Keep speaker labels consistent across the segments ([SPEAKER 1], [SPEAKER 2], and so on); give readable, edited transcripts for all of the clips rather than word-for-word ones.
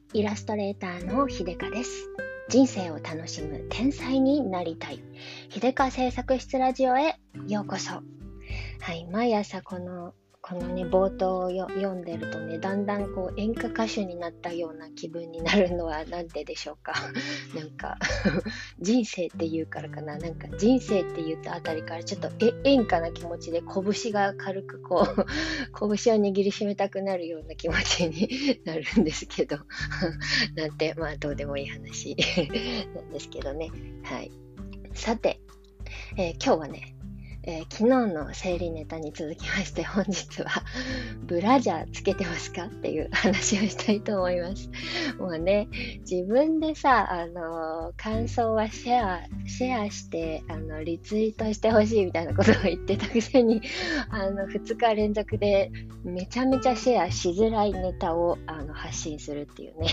[SPEAKER 1] イラストレーターの秀香です。人生を楽しむ天才になりたい。秀香製作室ラジオへようこそ。はい、毎朝このね、冒頭を読んでるとね、だんだん演歌歌手になったような気分になるのはなんででしょうか。なんか人生って言うからかな。なんか人生って言ったあたりからちょっと演歌な気持ちで拳が軽く拳を握りしめたくなるような気持ちになるんですけどなんてどうでもいい話なんですけどね。はい。さて、今日はね、昨日の生理ネタに続きまして本日はブラジャーつけてますかっていう話をしたいと思います。もうね、自分でさ、感想はシェアしてリツイートしてほしいみたいなことを言ってたくせに2日連続でめちゃめちゃシェアしづらいネタを発信するっていうね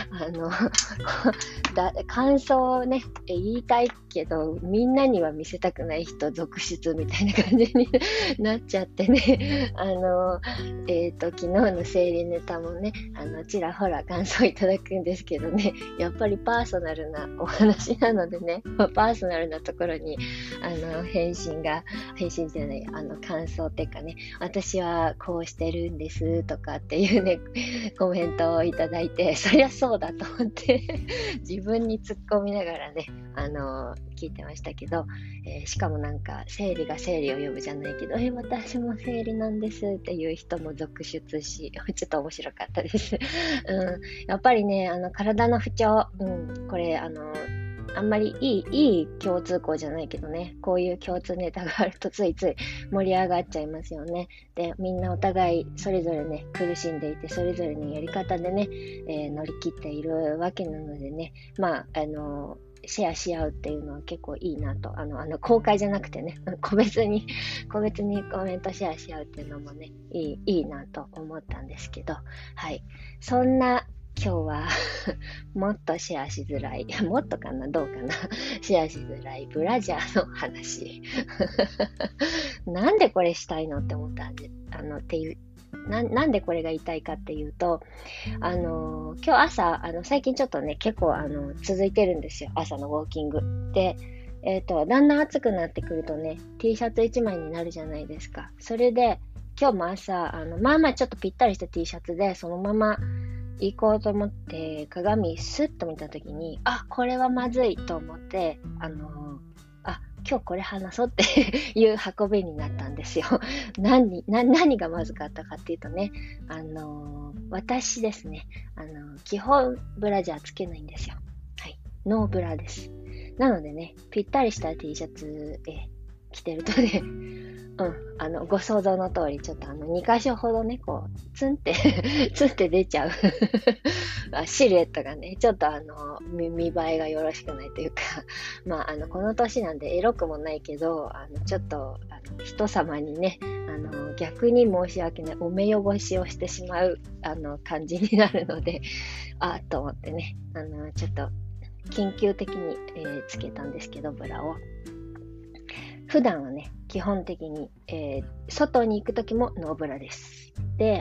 [SPEAKER 1] 感想をね言いたいけどみんなには見せたくない人続出みたいな感じになっちゃってね昨日の生理ネタもねちらほら感想いただくんですけどね、やっぱりパーソナルなお話なのでね、パーソナルなところに返信じゃない感想っていうかね、私はこうしてるんですとかっていうねコメントをいただいて、そりゃそうだと思って自分に突っ込みながらね聞いてましたけど、しかもなんか生理が生理を呼ぶじゃないけど私も生理なんですっていう人も続出しちょっと面白かったです、やっぱりね体の不調、これあんまりいい共通項じゃないけどね、こういう共通ネタがあるとついつい盛り上がっちゃいますよね。で、みんなお互いそれぞれね苦しんでいて、それぞれのやり方でね、乗り切っているわけなのでね、シェアし合うっていうのは結構いいなと、公開じゃなくてね個別にコメントシェアし合うっていうのもねいいなと思ったんですけど、はい、そんな今日はもっとシェアしづらい、もっとかな、どうかな、シェアしづらいブラジャーの話なんでこれしたいのって思ったんでっていうなんでこれが言いたいかっていうと、今日朝最近ちょっとね結構続いてるんですよ、朝のウォーキングで。だんだん暑くなってくるとね T シャツ1枚になるじゃないですか。それで今日も朝ちょっとぴったりした T シャツでそのまま行こうと思って鏡スッと見たときに、これはまずいと思って今日これ話そうっていう運びになったんですよ。何がまずかったかっていうとね、私ですね、基本ブラジャーつけないんですよ。はい、ノーブラです。なのでね、ぴったりした T シャツ着てるとね、ご想像の通り、ちょっと2箇所ほどね、ツンって出ちゃうシルエットがね、ちょっと見栄えがよろしくないというか、この年なんでエロくもないけど、ちょっと人様にね、逆に申し訳ない、お目汚しをしてしまう感じになるので、と思ってね、ちょっと緊急的に、つけたんですけど、ブラを。普段はね、基本的に、外に行くときもノーブラです。で、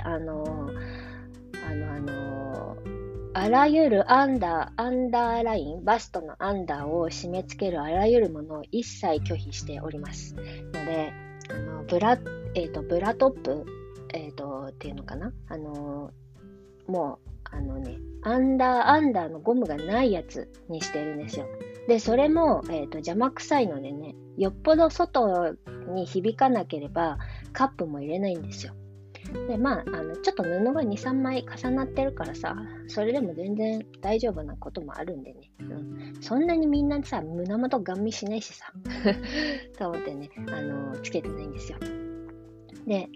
[SPEAKER 1] あらゆるアンダーライン、バストのアンダーを締め付けるあらゆるものを一切拒否しております。ので、ブラトップ、っていうのかな、もうアンダーのゴムがないやつにしてるんですよ。で、それも、邪魔くさいのでね、よっぽど外に響かなければカップも入れないんですよ。で、ちょっと布が2、3枚重なってるからさ、それでも全然大丈夫なこともあるんでね。そんなにみんなさ、胸元ガン見しないしさ、と思ってね、つけてないんですよ。で、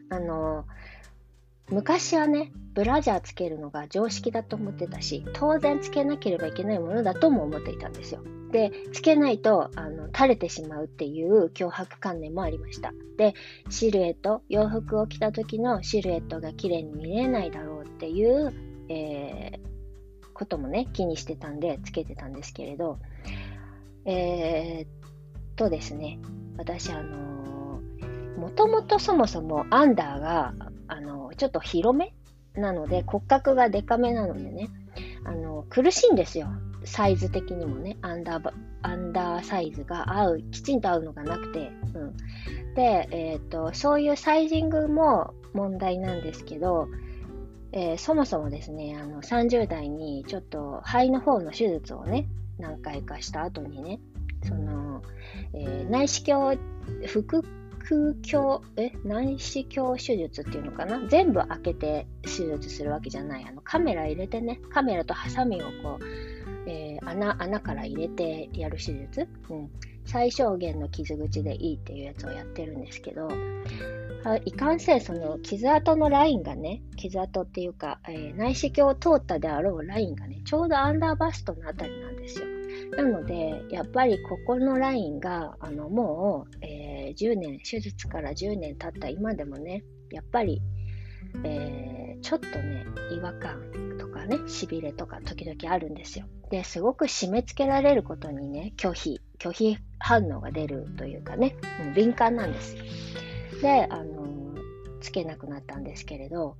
[SPEAKER 1] 昔はね、ブラジャーつけるのが常識だと思ってたし、当然つけなければいけないものだとも思っていたんですよ。で、つけないと垂れてしまうっていう脅迫観念もありました。で、シルエット、洋服を着た時のシルエットが綺麗に見れないだろうっていう、こともね、気にしてたんでつけてたんですけれど、ですね、私もともとそもそもアンダーがちょっと広めなので、骨格がデカめなのでね、 苦しいんですよ。サイズ的にもね、アンダーサイズがきちんと合うのがなくて、で、そういうサイジングも問題なんですけど、そもそもですね、30代にちょっと肺の方の手術をね、何回かした後にね、内視鏡、内視鏡手術っていうのかな、全部開けて手術するわけじゃない、カメラ入れてね、カメラとハサミをこう、穴から入れてやる手術、最小限の傷口でいいっていうやつをやってるんですけど、いかんせんその傷跡のラインがね、傷跡っていうか、内視鏡を通ったであろうラインがね、ちょうどアンダーバストのあたりなんですよ。なので、やっぱりここのラインがもう、10年、手術から10年経った今でもね、やっぱり、ちょっとね、違和感とかね、しびれとか時々あるんですよ。で、すごく締め付けられることにね、拒否反応が出るというかね、敏感なんですよ。で、つけなくなったんですけれど、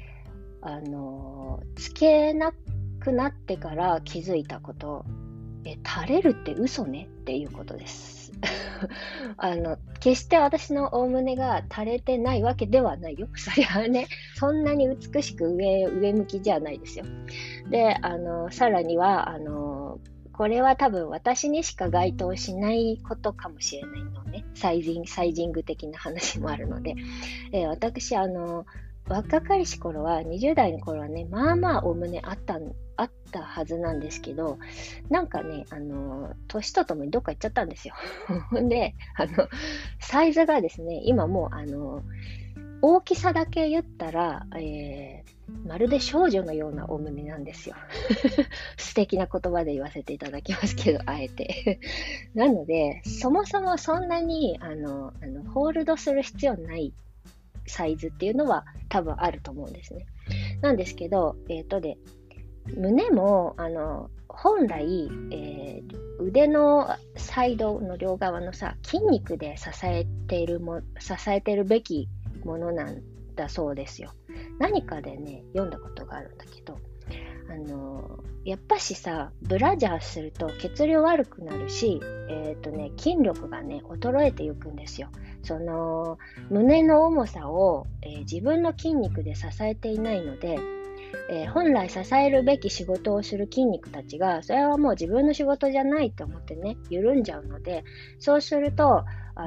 [SPEAKER 1] つけなくなってから気づいたこと、垂れるって嘘ねっていうことです。決して私の大胸が垂れてないわけではないよ。それはね、そんなに美しく上向きじゃないですよ。で、さらには、これは多分私にしか該当しないことかもしれないのね。サイジング的な話もあるので。私、若かりし頃は、20代の頃はね、まあまあお胸あったはずなんですけど、なんかね、年とともにどっか行っちゃったんですよ。で、サイズがですね、今もう、大きさだけ言ったら、まるで少女のようなお胸なんですよ。素敵な言葉で言わせていただきますけど、あえて。なので、そもそもそんなに、ホールドする必要ないサイズっていうのは多分あると思うんですね。なんですけど、胸も、本来、腕のサイドの両側のさ、筋肉で支えているべきものなんだそうですよ。何かでね、読んだことがあるんだけど、やっぱしさ、ブラジャーすると血流悪くなるし、筋力がね、衰えていくんですよ。その、胸の重さを、自分の筋肉で支えていないので、本来支えるべき仕事をする筋肉たちが、それはもう自分の仕事じゃないと思ってね、緩んじゃうので、そうすると、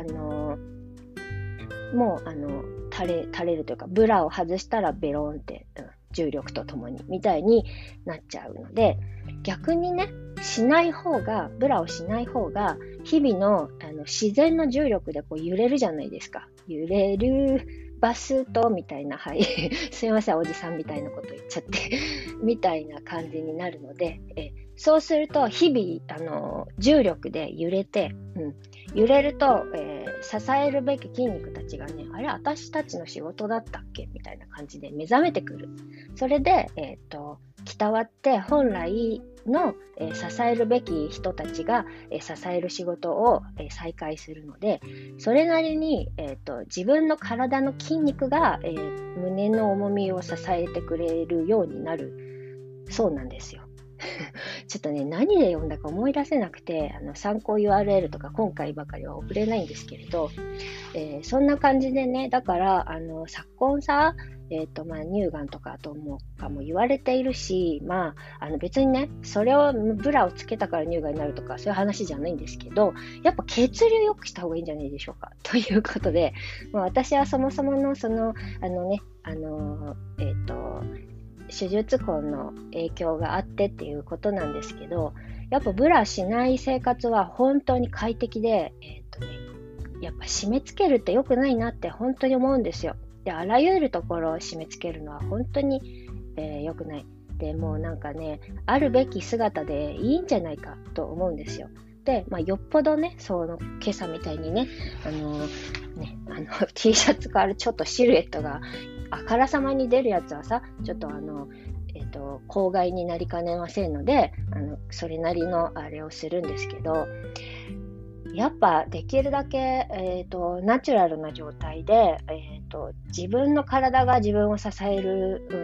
[SPEAKER 1] もう垂れるというか、ブラを外したらベロンって、重力とともにみたいになっちゃうので、逆にね、ブラをしない方が日々の、自然の重力でこう揺れるじゃないですか。揺れるバストみたいな、はい、すいません、おじさんみたいなこと言っちゃってみたいな感じになるので、そうすると日々重力で揺れて、揺れると、支えるべき筋肉たちがね、あれ、私たちの仕事だったっけみたいな感じで目覚めてくる。それで、鍛わって本来の、支えるべき人たちが、支える仕事を、再開するので、それなりに、自分の体の筋肉が、胸の重みを支えてくれるようになるそうなんですよ。ちょっとね、何で読んだか思い出せなくて、参考 URL とか今回ばかりは送れないんですけれど、そんな感じでね、だから、昨今さ、乳がんとかも言われているし、別にね、それをブラをつけたから乳がんになるとか、そういう話じゃないんですけど、やっぱ血流良くした方がいいんじゃないでしょうか。ということで、私はそもそもの手術痕の影響があってっていうことなんですけど、やっぱブラしない生活は本当に快適で、やっぱ締め付けるって良くないなって本当に思うんですよ。で、あらゆるところを締め付けるのは本当に、良くない。で、もうなんかね、あるべき姿でいいんじゃないかと思うんですよ。で、よっぽどね、今朝みたいにね、T シャツからちょっとシルエットがあからさまに出るやつはさ、ちょっと公害になりかねませんので、それなりのあれをするんですけど、やっぱできるだけ、ナチュラルな状態で、自分の体が自分を支える、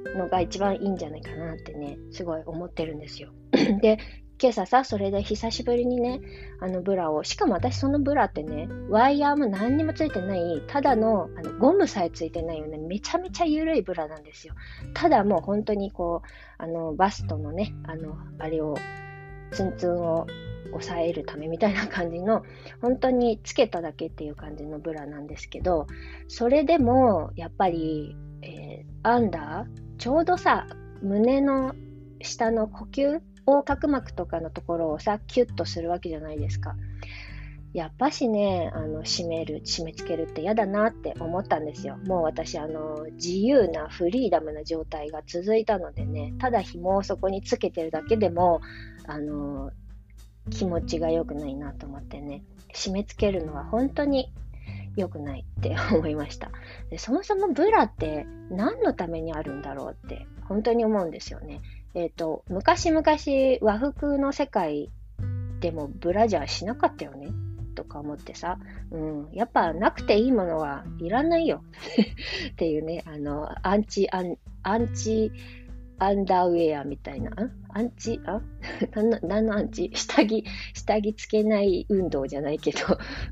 [SPEAKER 1] のが一番いいんじゃないかなってね、すごい思ってるんですよ。で、今朝さ、それで久しぶりにね、ブラを、しかも私そのブラってね、ワイヤーも何にもついてない、ただの、ゴムさえついてないよね、めちゃめちゃ緩いブラなんですよ。ただもう本当にこう、バストのね、あれを、ツンツンを抑えるためみたいな感じの、本当につけただけっていう感じのブラなんですけど、それでも、やっぱり、アンダー、ちょうどさ、胸の下の呼吸、横隔膜とかのところをさ、キュッとするわけじゃないですか。やっぱしね、締め付けるって嫌だなって思ったんですよ。もう私、自由なフリーダムな状態が続いたのでね、ただ紐をそこにつけてるだけでも、気持ちが良くないなと思ってね、締め付けるのは本当に良くないって思いました。で、そもそもブラって何のためにあるんだろうって本当に思うんですよね。昔々和服の世界でもブラジャーしなかったよねとか思ってさ、やっぱなくていいものはいらないよっていうね、アンチアンダーウェアみたいな、何のアンチ下着つけない運動じゃないけど、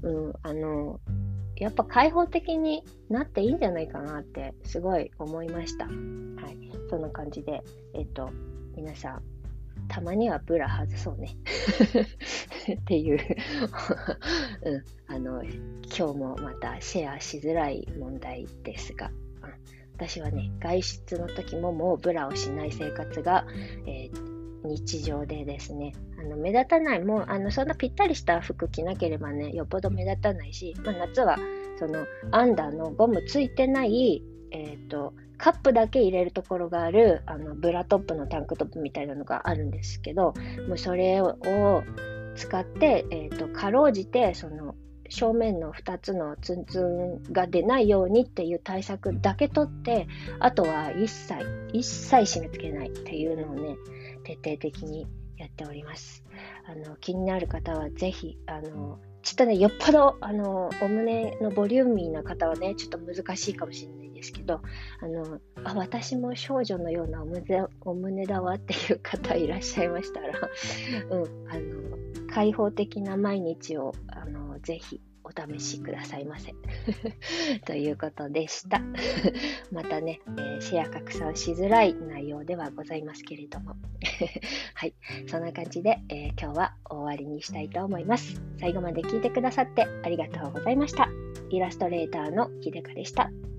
[SPEAKER 1] やっぱ開放的になっていいんじゃないかなってすごい思いました。はい。そんな感じで、皆さん、たまにはブラ外そうね。っていう、今日もまたシェアしづらい問題ですが、私はね、外出の時ももうブラをしない生活が、日常でですね、目立たない、もうそんなぴったりした服着なければね、よっぽど目立たないし、夏はそのアンダーのゴムついてない、カップだけ入れるところがあるブラトップのタンクトップみたいなのがあるんですけど、もうそれを使って、かろうじてその正面の2つのツンツンが出ないようにっていう対策だけ取って、あとは一切締め付けないっていうのをね、徹底的にやっております。気になる方はぜひちょっとね、よっぽどお胸のボリューミーな方はね、ちょっと難しいかもしれないですけど、私も少女のようなお胸だわっていう方いらっしゃいましたら、開放的な毎日をぜひお試しくださいませということでしたまたね、シェア拡散しづらい内容ではございますけれどもはい、そんな感じで、今日は終わりにしたいと思います。最後まで聞いてくださってありがとうございました。イラストレーターのひでかでした。